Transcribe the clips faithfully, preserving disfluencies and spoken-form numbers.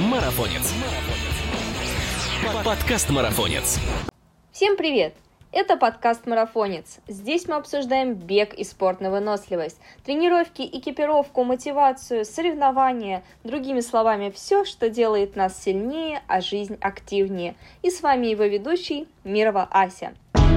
Марафонец. Подкаст «Марафонец». Всем привет! Это подкаст «Марафонец». Здесь мы обсуждаем бег и спорт на выносливость, тренировки, экипировку, мотивацию, соревнования, другими словами, все, что делает нас сильнее, а жизнь активнее. И с вами его ведущий Мирова Ася.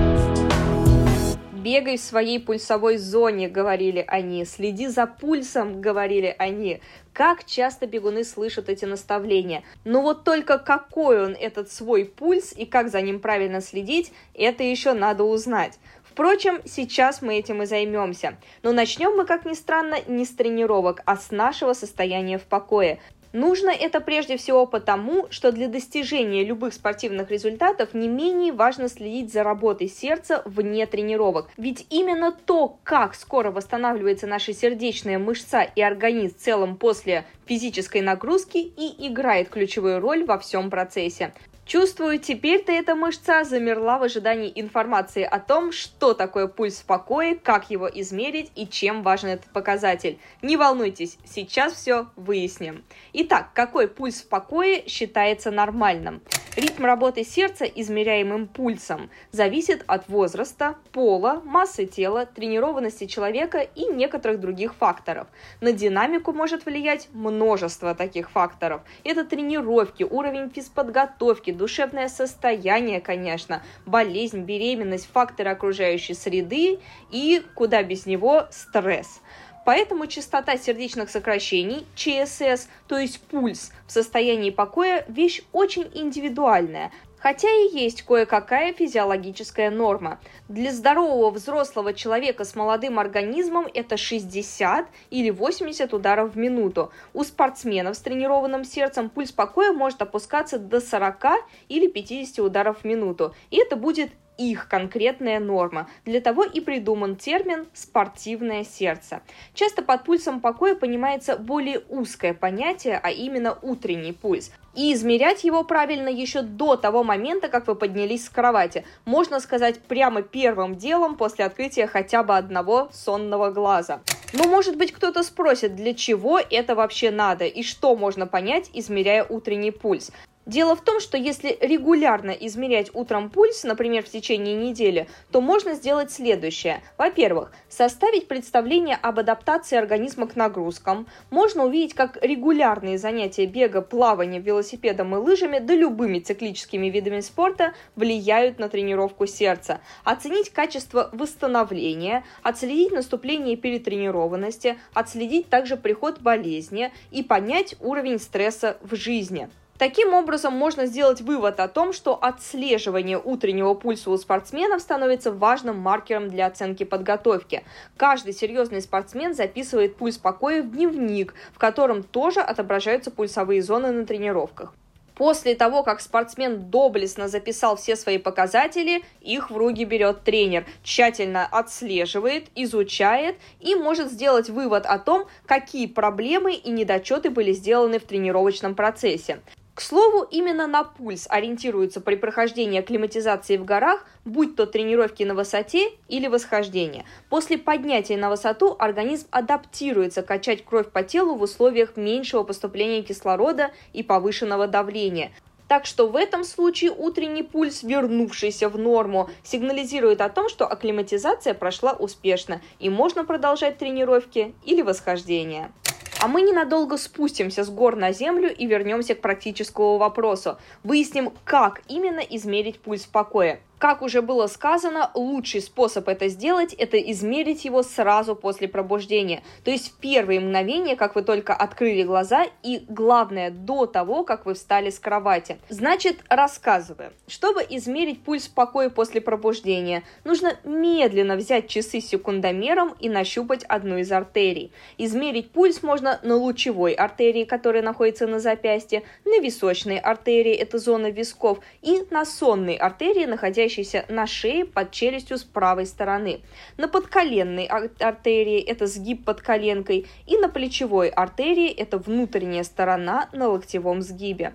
«Бегай в своей пульсовой зоне», — говорили они, «следи за пульсом», — говорили они. Как часто бегуны слышат эти наставления. Но вот только какой он, этот свой пульс, и как за ним правильно следить, это еще надо узнать. Впрочем, сейчас мы этим и займемся. Но начнем мы, как ни странно, не с тренировок, а с нашего состояния в покое. Нужно это прежде всего потому, что для достижения любых спортивных результатов не менее важно следить за работой сердца вне тренировок. Ведь именно то, как скоро восстанавливается наша сердечная мышца и организм в целом после физической нагрузки, и играет ключевую роль во всем процессе. Чувствую, теперь-то эта мышца замерла в ожидании информации о том, что такое пульс в покое, как его измерить и чем важен этот показатель. Не волнуйтесь, сейчас все выясним. Итак, какой пульс в покое считается нормальным? Ритм работы сердца, измеряемым пульсом, зависит от возраста, пола, массы тела, тренированности человека и некоторых других факторов. На динамику может влиять множество таких факторов. Это тренировки, уровень физподготовки, душевное состояние, конечно, болезнь, беременность, факторы окружающей среды и, куда без него, стресс. Поэтому частота сердечных сокращений, ЧСС, то есть пульс в состоянии покоя, вещь очень индивидуальная. Хотя и есть кое-какая физиологическая норма. Для здорового взрослого человека с молодым организмом это шестьдесят или восемьдесят ударов в минуту. У спортсменов с тренированным сердцем пульс покоя может опускаться до сорока или пятидесяти ударов в минуту. И это будет их конкретная норма. Для того и придуман термин «спортивное сердце». Часто под пульсом покоя понимается более узкое понятие, а именно утренний пульс. И измерять его правильно еще до того момента, как вы поднялись с кровати. Можно сказать, прямо первым делом после открытия хотя бы одного сонного глаза. Но, может быть, кто-то спросит, для чего это вообще надо и что можно понять, измеряя утренний пульс. Дело в том, что если регулярно измерять утром пульс, например, в течение недели, то можно сделать следующее. Во-первых, составить представление об адаптации организма к нагрузкам. Можно увидеть, как регулярные занятия бега, плавания, велосипедом и лыжами, да любыми циклическими видами спорта влияют на тренировку сердца. Оценить качество восстановления, отследить наступление перетренированности, отследить также приход болезни и понять уровень стресса в жизни. Таким образом, можно сделать вывод о том, что отслеживание утреннего пульса у спортсменов становится важным маркером для оценки подготовки. Каждый серьезный спортсмен записывает пульс покоя в дневник, в котором тоже отображаются пульсовые зоны на тренировках. После того, как спортсмен доблестно записал все свои показатели, их в руки берет тренер, тщательно отслеживает, изучает и может сделать вывод о том, какие проблемы и недочеты были сделаны в тренировочном процессе. К слову, именно на пульс ориентируются при прохождении акклиматизации в горах, будь то тренировки на высоте или восхождение. После поднятия на высоту организм адаптируется качать кровь по телу в условиях меньшего поступления кислорода и повышенного давления. Так что в этом случае утренний пульс, вернувшийся в норму, сигнализирует о том, что акклиматизация прошла успешно и можно продолжать тренировки или восхождение. А мы ненадолго спустимся с гор на землю и вернемся к практическому вопросу. Выясним, как именно измерить пульс в покое. Как уже было сказано, лучший способ это сделать – это измерить его сразу после пробуждения. То есть в первые мгновения, как вы только открыли глаза, и главное, до того, как вы встали с кровати. Значит, рассказываем. Чтобы измерить пульс в покое после пробуждения, нужно медленно взять часы с секундомером и нащупать одну из артерий. Измерить пульс можно на лучевой артерии, которая находится на запястье, на височной артерии – это зона висков, и на сонной артерии, находящейся на шее под челюстью с правой стороны. На подколенной артерии это сгиб под коленкой, и на плечевой артерии это внутренняя сторона на локтевом сгибе.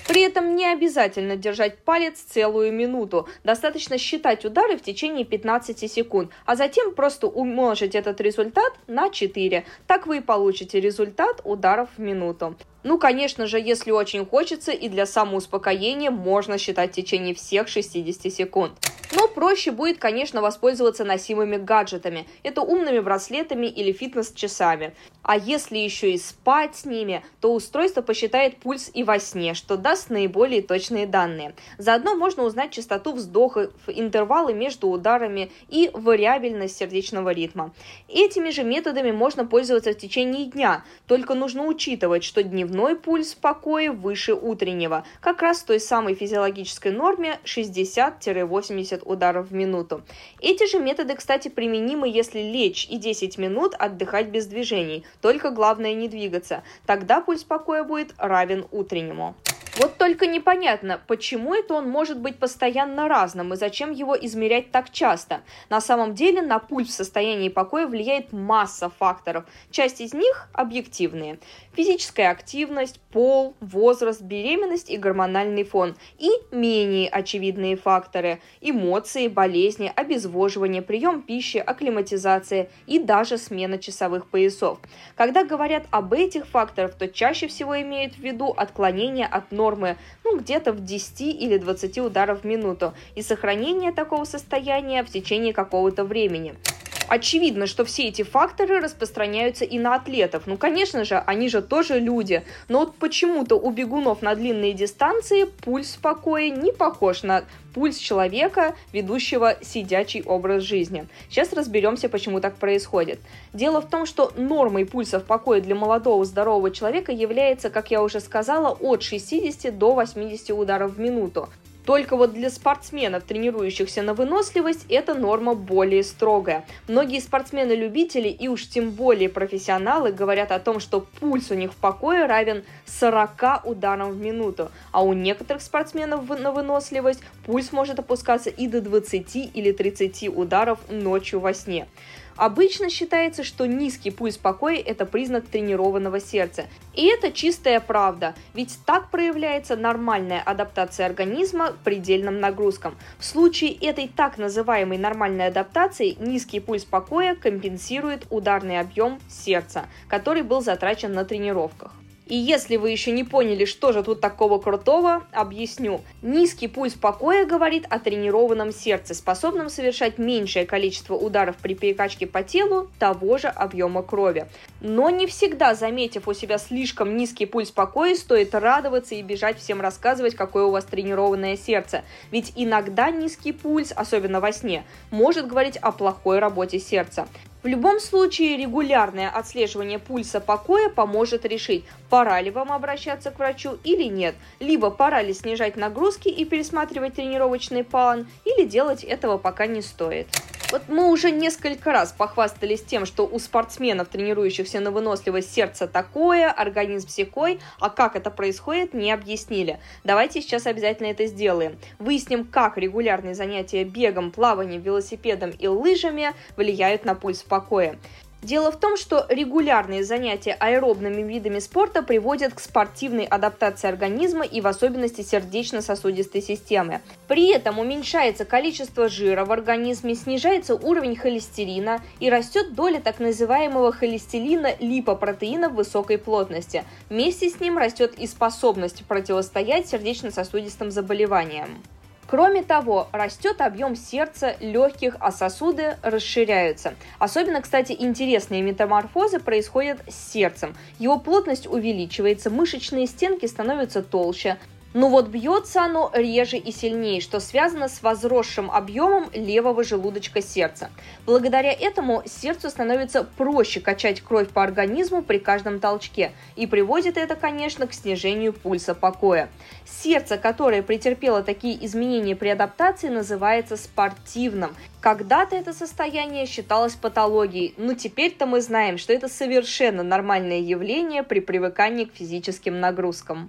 При этом не обязательно держать палец целую минуту, достаточно считать удары в течение пятнадцати секунд, а затем просто умножить этот результат на четыре. Так вы и получите результат ударов в минуту. Ну, конечно же, если очень хочется и для самоуспокоения можно считать в течение всех шестидесяти секунд. Но проще будет, конечно, воспользоваться носимыми гаджетами. Это умными браслетами или фитнес-часами. А если еще и спать с ними, то устройство посчитает пульс и во сне, что даст наиболее точные данные. Заодно можно узнать частоту вздохов, интервалы между ударами и вариабельность сердечного ритма. Этими же методами можно пользоваться в течение дня, только нужно учитывать, что дневной пульс в покое выше утреннего, как раз в той самой физиологической норме шестьдесят-восемьдесят ударов в минуту. Эти же методы, кстати, применимы, если лечь и десять минут отдыхать без движений, только главное не двигаться. Тогда пульс покоя будет равен утреннему. Вот только непонятно, почему это он может быть постоянно разным и зачем его измерять так часто. На самом деле на пульс в состоянии покоя влияет масса факторов. Часть из них объективные. Физическая активность, пол, возраст, беременность и гормональный фон. И менее очевидные факторы – эмоции, болезни, обезвоживание, прием пищи, акклиматизация и даже смена часовых поясов. Когда говорят об этих факторах, то чаще всего имеют в виду отклонение от нормы нормы, ну, где-то в десяти или двадцати ударов в минуту и сохранение такого состояния в течение какого-то времени. Очевидно, что все эти факторы распространяются и на атлетов. Ну, конечно же, они же тоже люди. Но вот почему-то у бегунов на длинные дистанции пульс в покое не похож на пульс человека, ведущего сидячий образ жизни. Сейчас разберемся, почему так происходит. Дело в том, что нормой пульса в покое для молодого здорового человека является, как я уже сказала, от шестидесяти до восьмидесяти ударов в минуту. Только вот для спортсменов, тренирующихся на выносливость, эта норма более строгая. Многие спортсмены-любители и уж тем более профессионалы говорят о том, что пульс у них в покое равен сорока ударам в минуту, а у некоторых спортсменов на выносливость пульс может опускаться и до двадцати или тридцати ударов ночью во сне. Обычно считается, что низкий пульс покоя – это признак тренированного сердца. И это чистая правда, ведь так проявляется нормальная адаптация организма к предельным нагрузкам. В случае этой так называемой нормальной адаптации низкий пульс покоя компенсирует ударный объем сердца, который был затрачен на тренировках. И если вы еще не поняли, что же тут такого крутого, объясню. Низкий пульс покоя говорит о тренированном сердце, способном совершать меньшее количество ударов при перекачке по телу того же объема крови. Но не всегда, заметив у себя слишком низкий пульс покоя, стоит радоваться и бежать всем рассказывать, какое у вас тренированное сердце. Ведь иногда низкий пульс, особенно во сне, может говорить о плохой работе сердца. В любом случае, регулярное отслеживание пульса покоя поможет решить, пора ли вам обращаться к врачу или нет, либо пора ли снижать нагрузки и пересматривать тренировочный план, или делать этого пока не стоит. Вот мы уже несколько раз похвастались тем, что у спортсменов, тренирующихся на выносливость, сердце такое, организм сякой, а как это происходит, не объяснили. Давайте сейчас обязательно это сделаем. Выясним, как регулярные занятия бегом, плаванием, велосипедом и лыжами влияют на пульс покоя. Дело в том, что регулярные занятия аэробными видами спорта приводят к спортивной адаптации организма и в особенности сердечно-сосудистой системы. При этом уменьшается количество жира в организме, снижается уровень холестерина и растет доля так называемого холестерина-липопротеина высокой плотности. Вместе с ним растет и способность противостоять сердечно-сосудистым заболеваниям. Кроме того, растет объем сердца, легких, а сосуды расширяются. Особенно, кстати, интересные метаморфозы происходят с сердцем. Его плотность увеличивается, мышечные стенки становятся толще. Но вот бьется оно реже и сильнее, что связано с возросшим объемом левого желудочка сердца. Благодаря этому сердцу становится проще качать кровь по организму при каждом толчке, и приводит это, конечно, к снижению пульса покоя. Сердце, которое претерпело такие изменения при адаптации, называется спортивным. Когда-то это состояние считалось патологией, но теперь-то мы знаем, что это совершенно нормальное явление при привыкании к физическим нагрузкам.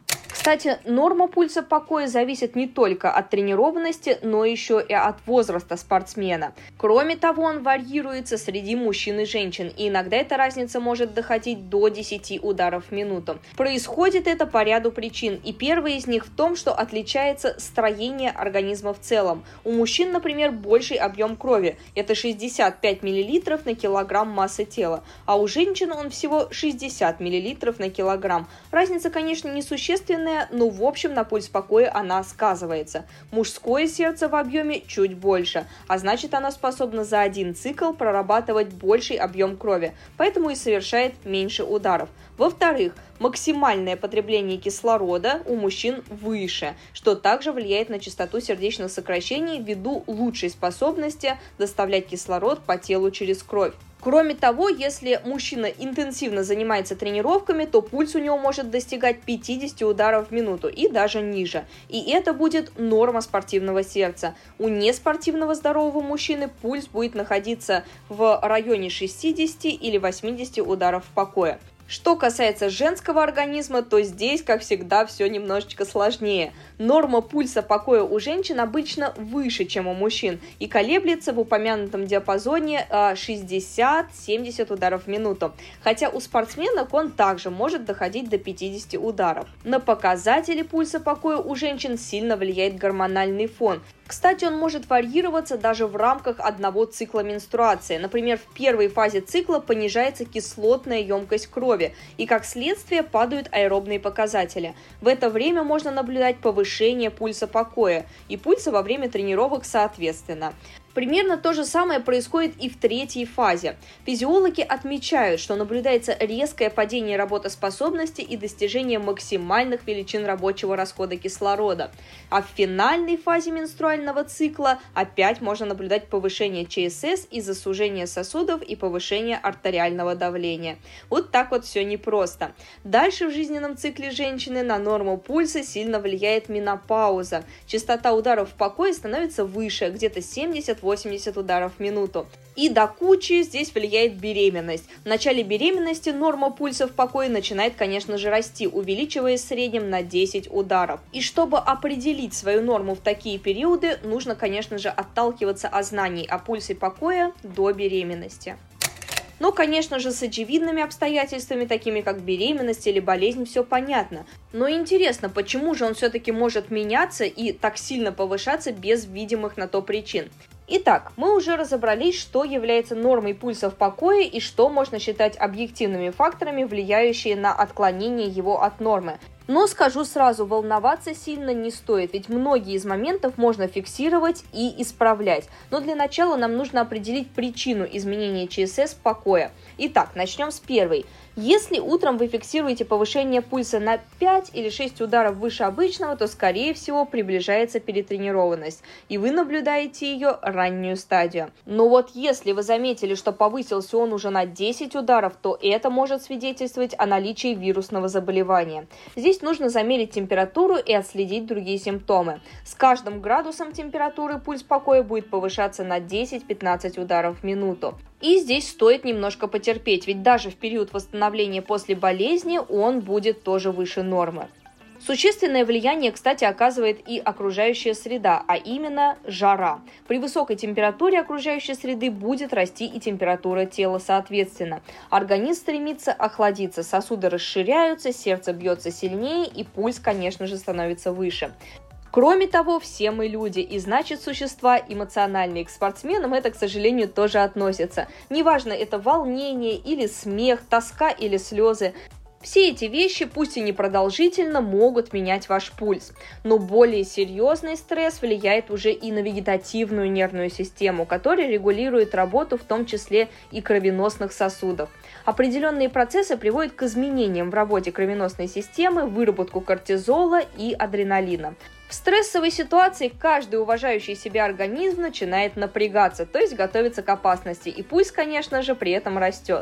Кстати, норма пульса покоя зависит не только от тренированности, но еще и от возраста спортсмена. Кроме того, он варьируется среди мужчин и женщин, и иногда эта разница может доходить до десяти ударов в минуту. Происходит это по ряду причин, и первая из них в том, что отличается строение организма в целом. У мужчин, например, больший объем крови, это шестьдесят пять миллилитров на килограмм массы тела, а у женщин он всего шестьдесят миллилитров на килограмм. Разница, конечно, несущественная, но в общем на пульс покоя она сказывается. Мужское сердце в объеме чуть больше, а значит оно способно за один цикл прорабатывать больший объем крови, поэтому и совершает меньше ударов. Во-вторых, максимальное потребление кислорода у мужчин выше, что также влияет на частоту сердечных сокращений ввиду лучшей способности доставлять кислород по телу через кровь. Кроме того, если мужчина интенсивно занимается тренировками, то пульс у него может достигать пятидесяти ударов в минуту и даже ниже. И это будет норма спортивного сердца. У неспортивного здорового мужчины пульс будет находиться в районе шестидесяти или восьмидесяти ударов в покое. Что касается женского организма, то здесь, как всегда, все немножечко сложнее. Норма пульса покоя у женщин обычно выше, чем у мужчин, и колеблется в упомянутом диапазоне шестьдесят-семьдесят ударов в минуту, хотя у спортсменок он также может доходить до пятидесяти ударов. На показатели пульса покоя у женщин сильно влияет гормональный фон. Кстати, он может варьироваться даже в рамках одного цикла менструации. Например, в первой фазе цикла понижается кислотная емкость крови, и как следствие падают аэробные показатели. В это время можно наблюдать повышение пульса покоя и пульса во время тренировок соответственно. Примерно то же самое происходит и в третьей фазе. Физиологи отмечают, что наблюдается резкое падение работоспособности и достижение максимальных величин рабочего расхода кислорода. А в финальной фазе менструального цикла опять можно наблюдать повышение ЧСС из-за сужения сосудов и повышение артериального давления. Вот так вот все непросто. Дальше в жизненном цикле женщины на норму пульса сильно влияет менопауза. Частота ударов в покое становится выше, где-то семьдесят-восемьдесят ударов в минуту. И до кучи здесь влияет беременность. В начале беременности норма пульса в покое начинает, конечно же, расти, увеличиваясь в среднем на десять ударов. И чтобы определить свою норму в такие периоды, нужно, конечно же, отталкиваться от знаний о пульсе покоя до беременности. Но, конечно же, с очевидными обстоятельствами, такими как беременность или болезнь, все понятно. Но интересно, почему же он все-таки может меняться и так сильно повышаться без видимых на то причин? Итак, мы уже разобрались, что является нормой пульса в покое и что можно считать объективными факторами, влияющими на отклонение его от нормы. Но скажу сразу, волноваться сильно не стоит, ведь многие из моментов можно фиксировать и исправлять. Но для начала нам нужно определить причину изменения ЧСС покоя. Итак, начнем с первой. Если утром вы фиксируете повышение пульса на пять или шесть ударов выше обычного, то, скорее всего, приближается перетренированность, и вы наблюдаете ее раннюю стадию. Но вот если вы заметили, что повысился он уже на десять ударов, то это может свидетельствовать о наличии вирусного заболевания. Здесь нужно замерить температуру и отследить другие симптомы. С каждым градусом температуры пульс покоя будет повышаться на десять-пятнадцать ударов в минуту. И здесь стоит немножко потерпеть, ведь даже в период восстановления после болезни он будет тоже выше нормы. Существенное влияние, кстати, оказывает и окружающая среда, а именно жара. При высокой температуре окружающей среды будет расти и температура тела соответственно. Организм стремится охладиться, сосуды расширяются, сердце бьется сильнее и пульс, конечно же, становится выше. Кроме того, все мы люди, и значит существа эмоциональные. К спортсменам это, к сожалению, тоже относится. Неважно, это волнение или смех, тоска или слезы. Все эти вещи, пусть и непродолжительно, могут менять ваш пульс. Но более серьезный стресс влияет уже и на вегетативную нервную систему, которая регулирует работу в том числе и кровеносных сосудов. Определенные процессы приводят к изменениям в работе кровеносной системы, выработку кортизола и адреналина. В стрессовой ситуации каждый уважающий себя организм начинает напрягаться, то есть готовится к опасности, и пульс, конечно же, при этом растет.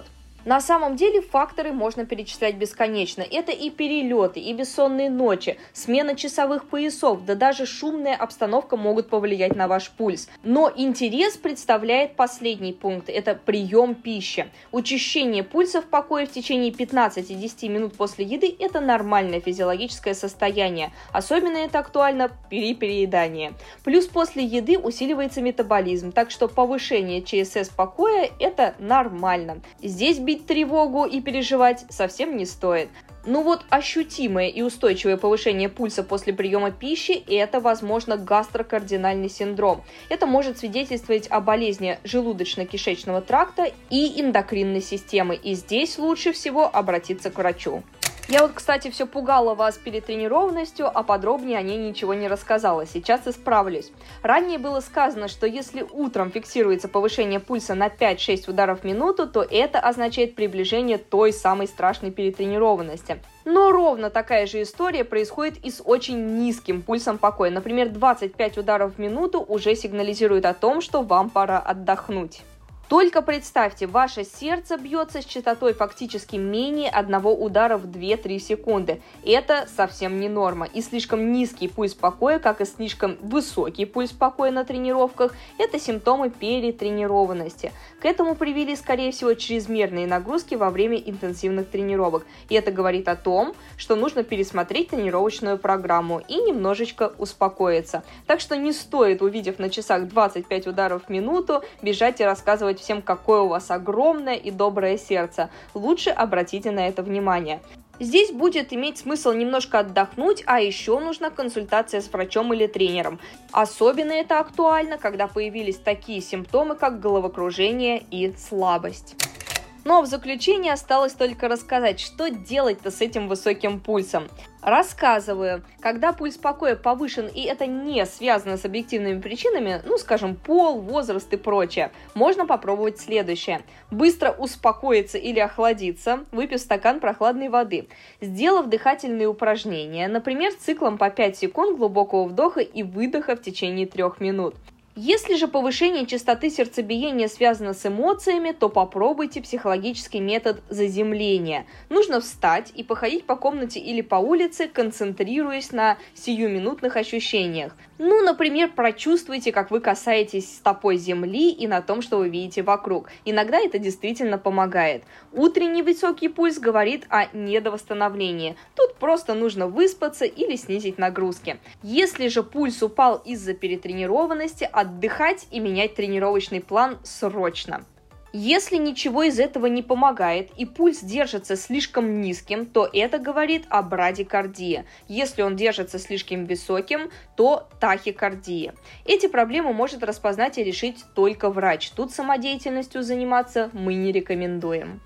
На самом деле факторы можно перечислять бесконечно. Это и перелеты, и бессонные ночи, смена часовых поясов, да даже шумная обстановка могут повлиять на ваш пульс. Но интерес представляет последний пункт – это прием пищи. Учащение пульса в покое в течение пятнадцати-десяти минут после еды – это нормальное физиологическое состояние. Особенно это актуально при переедании. Плюс после еды усиливается метаболизм, так что повышение ЧСС покоя – это нормально. Здесь бить тревогу и переживать совсем не стоит. Ну вот ощутимое и устойчивое повышение пульса после приема пищи – это, возможно, гастрокардинальный синдром. Это может свидетельствовать о болезни желудочно-кишечного тракта и эндокринной системы, и здесь лучше всего обратиться к врачу. Я вот, кстати, все пугала вас перетренированностью, а подробнее о ней ничего не рассказала. Сейчас исправлюсь. Ранее было сказано, что если утром фиксируется повышение пульса на пять-шесть ударов в минуту, то это означает приближение той самой страшной перетренированности. Но ровно такая же история происходит и с очень низким пульсом покоя. Например, двадцать пять ударов в минуту уже сигнализирует о том, что вам пора отдохнуть. Только представьте, ваше сердце бьется с частотой фактически менее одного удара в две-три секунды. Это совсем не норма. И слишком низкий пульс покоя, как и слишком высокий пульс покоя на тренировках, это симптомы перетренированности. К этому привели, скорее всего, чрезмерные нагрузки во время интенсивных тренировок. И это говорит о том, что нужно пересмотреть тренировочную программу и немножечко успокоиться. Так что не стоит, увидев на часах двадцать пять ударов в минуту, бежать и рассказывать всем, какое у вас огромное и доброе сердце. Лучше обратите на это внимание. Здесь будет иметь смысл немножко отдохнуть, а еще нужна консультация с врачом или тренером. Особенно это актуально, когда появились такие симптомы, как головокружение и слабость. Ну а в заключение осталось только рассказать, что делать-то с этим высоким пульсом. Рассказываю. Когда пульс покоя повышен и это не связано с объективными причинами, ну скажем пол, возраст и прочее, можно попробовать следующее. Быстро успокоиться или охладиться, выпив стакан прохладной воды. Сделав дыхательные упражнения, например, циклом по пять секунд глубокого вдоха и выдоха в течение трех минут. Если же повышение частоты сердцебиения связано с эмоциями, то попробуйте психологический метод заземления. Нужно встать и походить по комнате или по улице, концентрируясь на сиюминутных ощущениях. Ну, например, прочувствуйте, как вы касаетесь стопой земли и на том, что вы видите вокруг. Иногда это действительно помогает. Утренний высокий пульс говорит о недовосстановлении. Тут просто нужно выспаться или снизить нагрузки. Если же пульс упал из-за перетренированности, отдыхать и менять тренировочный план срочно. Если ничего из этого не помогает и пульс держится слишком низким, то это говорит о брадикардии. Если он держится слишком высоким, то тахикардия. Эти проблемы может распознать и решить только врач. Тут самодеятельностью заниматься мы не рекомендуем.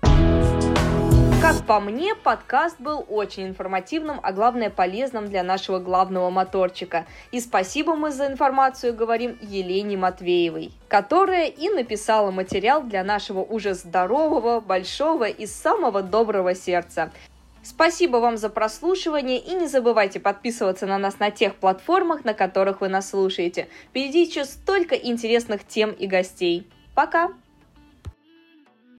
Как по мне, подкаст был очень информативным, а главное полезным для нашего главного моторчика. И спасибо мы за информацию говорим Елене Матвеевой, которая и написала материал для нашего уже здорового, большого и самого доброго сердца. Спасибо вам за прослушивание и не забывайте подписываться на нас на тех платформах, на которых вы нас слушаете. Впереди еще столько интересных тем и гостей. Пока!